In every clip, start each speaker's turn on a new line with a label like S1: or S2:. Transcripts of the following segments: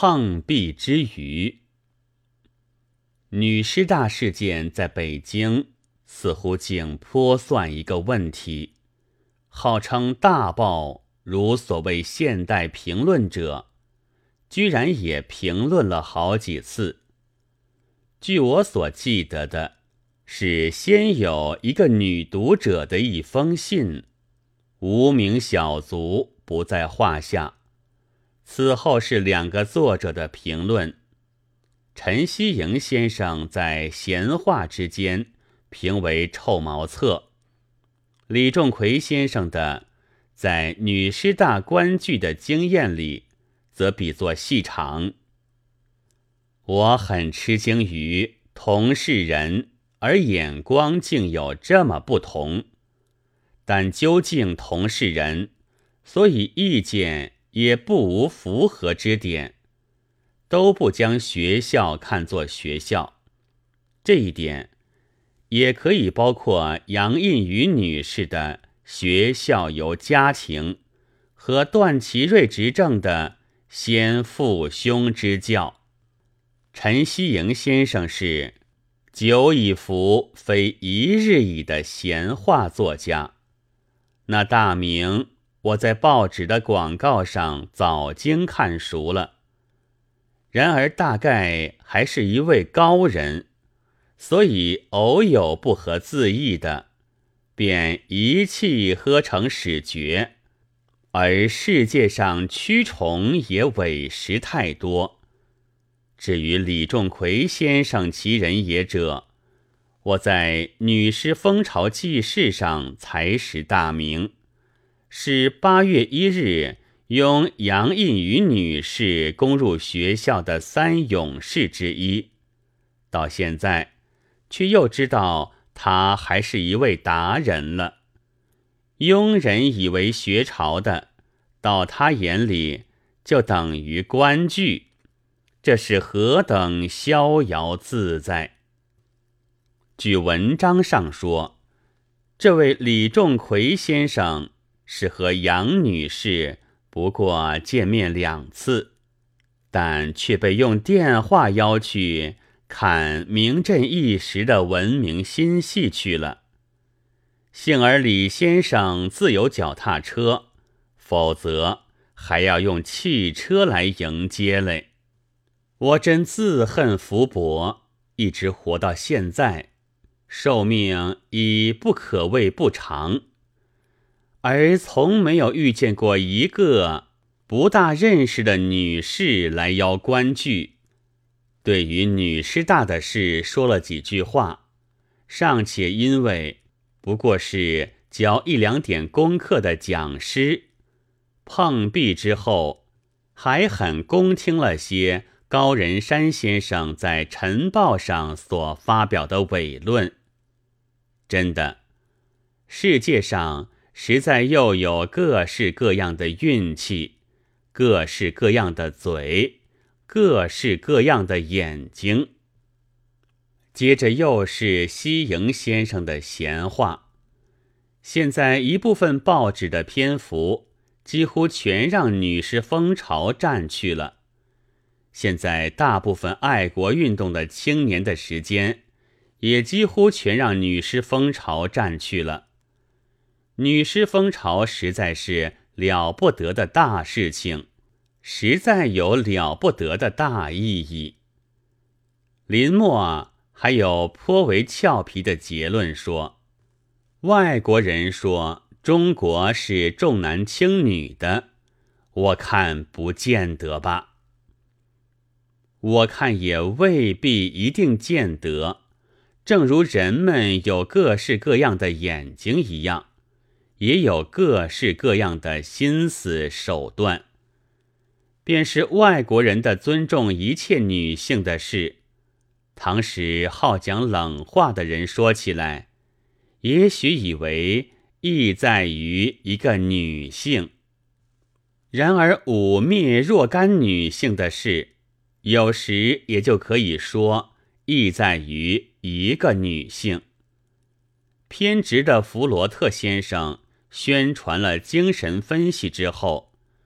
S1: 碰壁之余。女师大事件在北京似乎竟颇算一个问题，号称大报如所谓现代评论者，居然也评论了好几次。据我所记得的是，先有一个女读者的一封信，无名小卒不在话下，此后是2个作者的评论。陈希莹先生在闲话之间评为臭茅厕，李仲奎先生的在女师大观剧的经验里则比作戏场。我很吃惊于同是人而眼光竟有这么不同，但究竟同是人，所以意见也不无符合之点，都不将学校看作学校。这一点也可以包括杨印宇女士的学校由家庭和段祺瑞执政的先父兄之教。陈希莹先生是久已服非一日矣的闲话作家，那大名我在报纸的广告上早经看熟了。然而大概还是一位高人，所以偶有不合字意的，便一气呵成史绝，而世界上蛆虫也委实太多。至于李仲奎先生其人也者，我在《女师风潮记事》上才识大名，是8月1日拥杨印宇女士攻入学校的3勇士之一，到现在却又知道他还是一位达人了。庸人以为学潮的，到他眼里就等于观剧，这是何等逍遥自在。据文章上说，这位李仲奎先生是和杨女士不过见面2次，但却被用电话邀去看名震一时的闻名新戏去了。幸而李先生自有脚踏车，否则还要用汽车来迎接嘞。我真自恨福伯一直活到现在，寿命已不可谓不长，而从没有遇见过一个不大认识的女士来邀观剧。对于女师大的事说了几句话，尚且因为不过是教1、2点功课的讲师，碰壁之后还很恭听了些高人山先生在晨报上所发表的伪论。真的，世界上实在又有各式各样的运气，各式各样的嘴，各式各样的眼睛。接着又是希莹先生的闲话。现在一部分报纸的篇幅几乎全让女士风潮占去了，现在大部分爱国运动的青年的时间也几乎全让女士风潮占去了。女士风潮实在是了不得的大事情，实在有了不得的大意义。林默还有颇为俏皮的结论说，外国人说中国是重男轻女的，我看不见得吧。我看也未必一定见得，正如人们有各式各样的眼睛一样，也有各式各样的心思手段。便是外国人的尊重一切女性的事，当时好讲冷话的人说起来，也许以为意在于一个女性。然而污蔑若干女性的事，有时也就可以说意在于一个女性。偏执的弗罗特先生宣传了精神分析之后，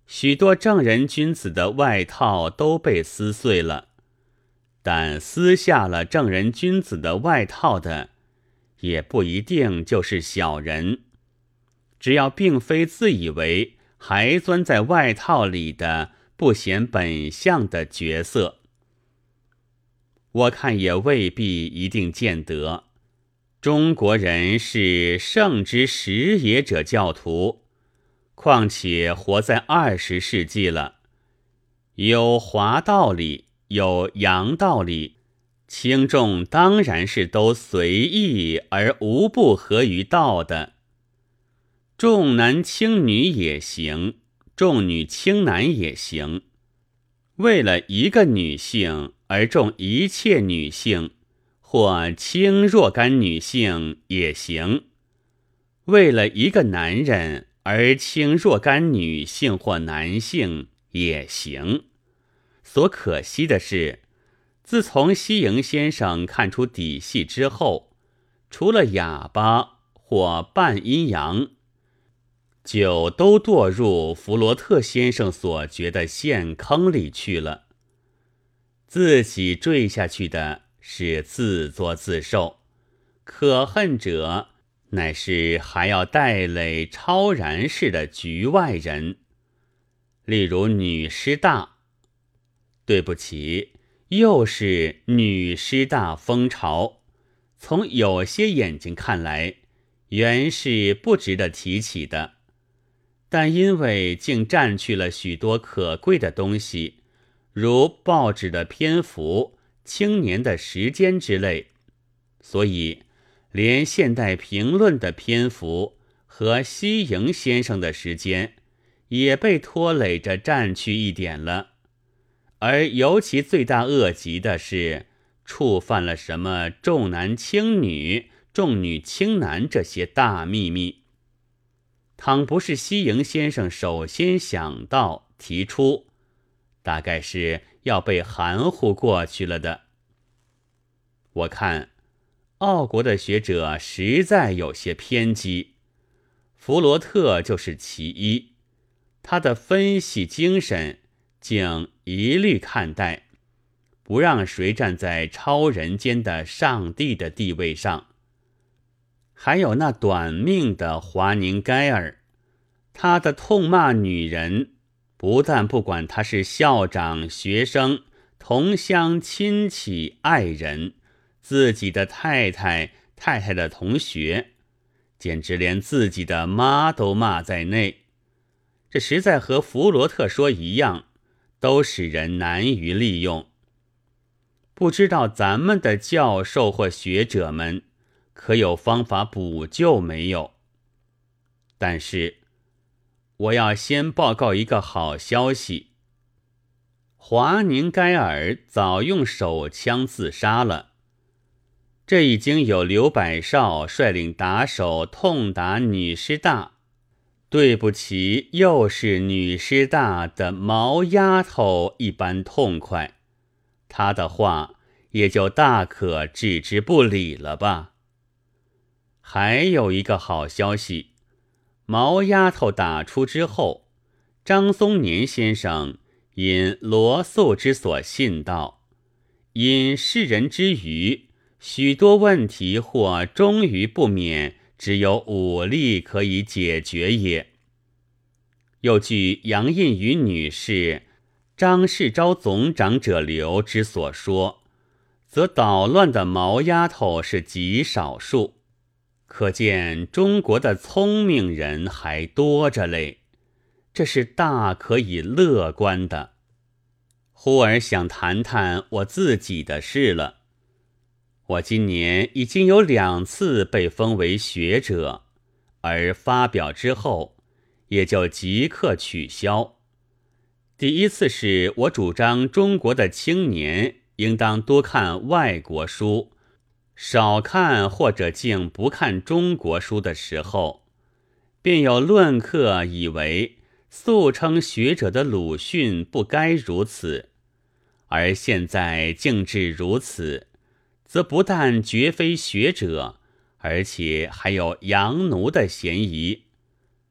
S1: 许多正人君子的外套都被撕碎了，但撕下了正人君子的外套的，也不一定就是小人。只要并非自以为还钻在外套里的不显本相的角色，我看也未必一定见得。中国人是圣之时也者教徒，况且活在20世纪了，有华道理，有洋道理，轻重当然是都随意而无不合于道的。重男轻女也行，重女轻男也行，为了一个女性而重一切女性，或轻若干女性也行，为了一个男人而轻若干女性或男性也行。所可惜的是，自从西营先生看出底细之后，除了哑巴或半阴阳，就都堕入弗罗特先生所觉的陷坑里去了。自己坠下去的是自作自受，可恨者乃是还要带累超然式的局外人，例如女师大。对不起，又是女师大风潮，从有些眼睛看来，原是不值得提起的，但因为竟占去了许多可贵的东西，如报纸的篇幅、青年的时间之类，所以连现代评论的篇幅和西营先生的时间也被拖累着占去一点了。而尤其罪大恶极的是，触犯了什么重男轻女、重女轻男这些大秘密。倘不是西营先生首先想到提出，大概是要被含糊过去了的。我看奥国的学者实在有些偏激，弗罗特就是其一，他的分析精神竟一律看待，不让谁站在超人间的上帝的地位上。还有那短命的华宁盖尔，他的痛骂女人，不但不管他是校长、学生、同乡、亲戚、爱人，自己的太太、太太的同学，简直连自己的妈都骂在内。这实在和弗罗特说一样，都使人难于利用。不知道咱们的教授或学者们可有方法补救没有？但是我要先报告一个好消息，华宁盖尔早用手枪自杀了。这已经有刘百绍率领打手痛打女师大，对不起，又是女师大的毛丫头一般痛快，他的话也就大可置之不理了吧。还有一个好消息，毛丫头打出之后，张松年先生因罗素之所信道，因世人之愚，许多问题或终于不免只有武力可以解决也。又据杨印宇女士、张世钊总长者流之所说，则捣乱的毛丫头是极少数，可见中国的聪明人还多着嘞，这是大可以乐观的。忽而想谈谈我自己的事了。我今年已经有2次被封为学者，而发表之后也就即刻取消。第一次是我主张中国的青年应当多看外国书，少看或者竟不看中国书的时候，便有论客以为素称学者的鲁迅不该如此，而现在竟至如此，则不但绝非学者，而且还有洋奴的嫌疑。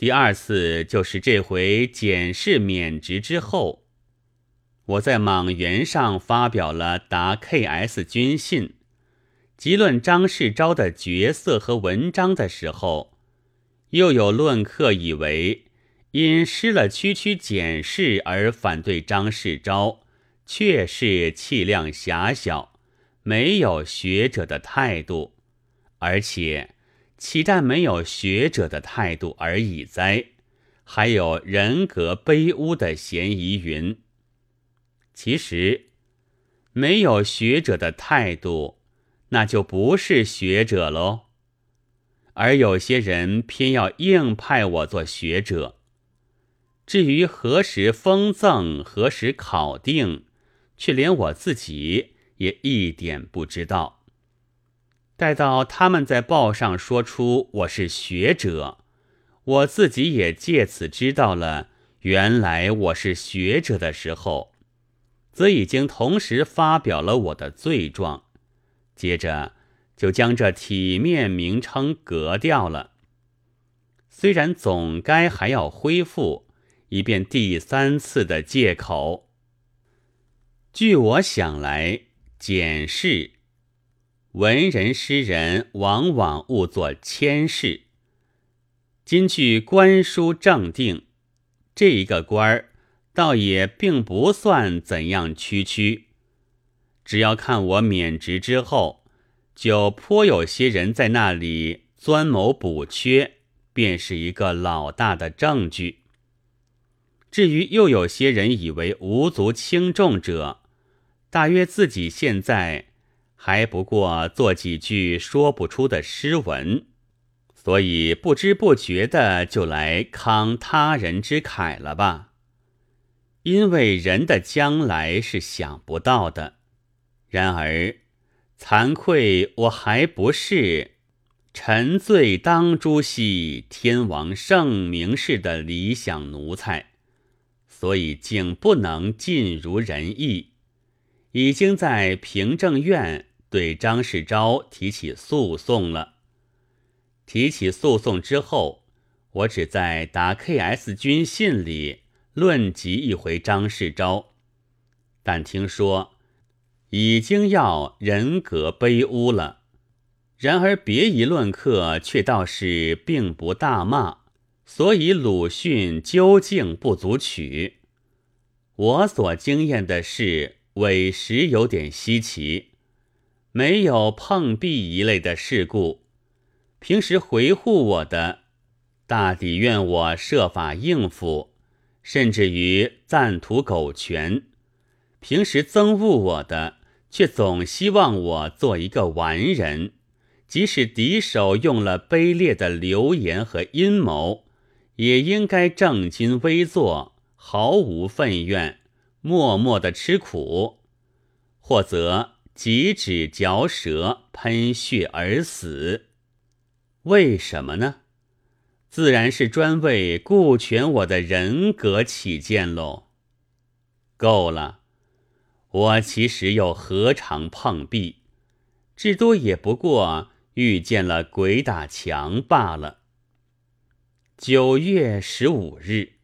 S1: 第二次就是这回检视免职之后，我在莽原上发表了答 KS 军信，即论张世钊的角色和文章的时候，又有论客以为因失了区区检视而反对张世钊，确是气量狭小，没有学者的态度，而且岂但没有学者的态度而已哉，还有人格卑污的嫌疑云。其实没有学者的态度，那就不是学者喽。而有些人偏要硬派我做学者，至于何时封赠，何时考定，却连我自己也一点不知道。待到他们在报上说出我是学者，我自己也借此知道了原来我是学者的时候，则已经同时发表了我的罪状，接着就将这体面名称革掉了。虽然总该还要恢复，以便第三次的借口。据我想来，检视文人诗人往往误作谦士。今据官书正定，这一个官儿倒也并不算怎样区，只要看我免职之后，就颇有些人在那里钻谋补缺，便是一个老大的证据。至于又有些人以为无足轻重者，大约自己现在还不过做几句说不出的诗文，所以不知不觉的就来慷他人之慨了吧。因为人的将来是想不到的，然而惭愧我还不是沉醉当朱熹天王圣明式的理想奴才，所以竟不能尽如人意，已经在平政院对张世钊提起诉讼了。提起诉讼之后，我只在答 KS 军信里论及一回张世钊，但听说已经要人格卑污了。然而别一论客却倒是并不大骂，所以鲁迅究竟不足取。我所经验的是委实有点稀奇，没有碰壁一类的事故。平时回护我的，大抵愿我设法应付，甚至于暂图苟全。平时憎恶我的，却总希望我做一个完人，即使敌手用了卑劣的流言和阴谋，也应该正襟危坐，毫无愤怨，默默地吃苦，或则急指嚼舌，喷血而死。为什么呢？自然是专为顾全我的人格起见喽。够了，我其实又何尝碰壁，至多也不过遇见了鬼打墙罢了。9月15日。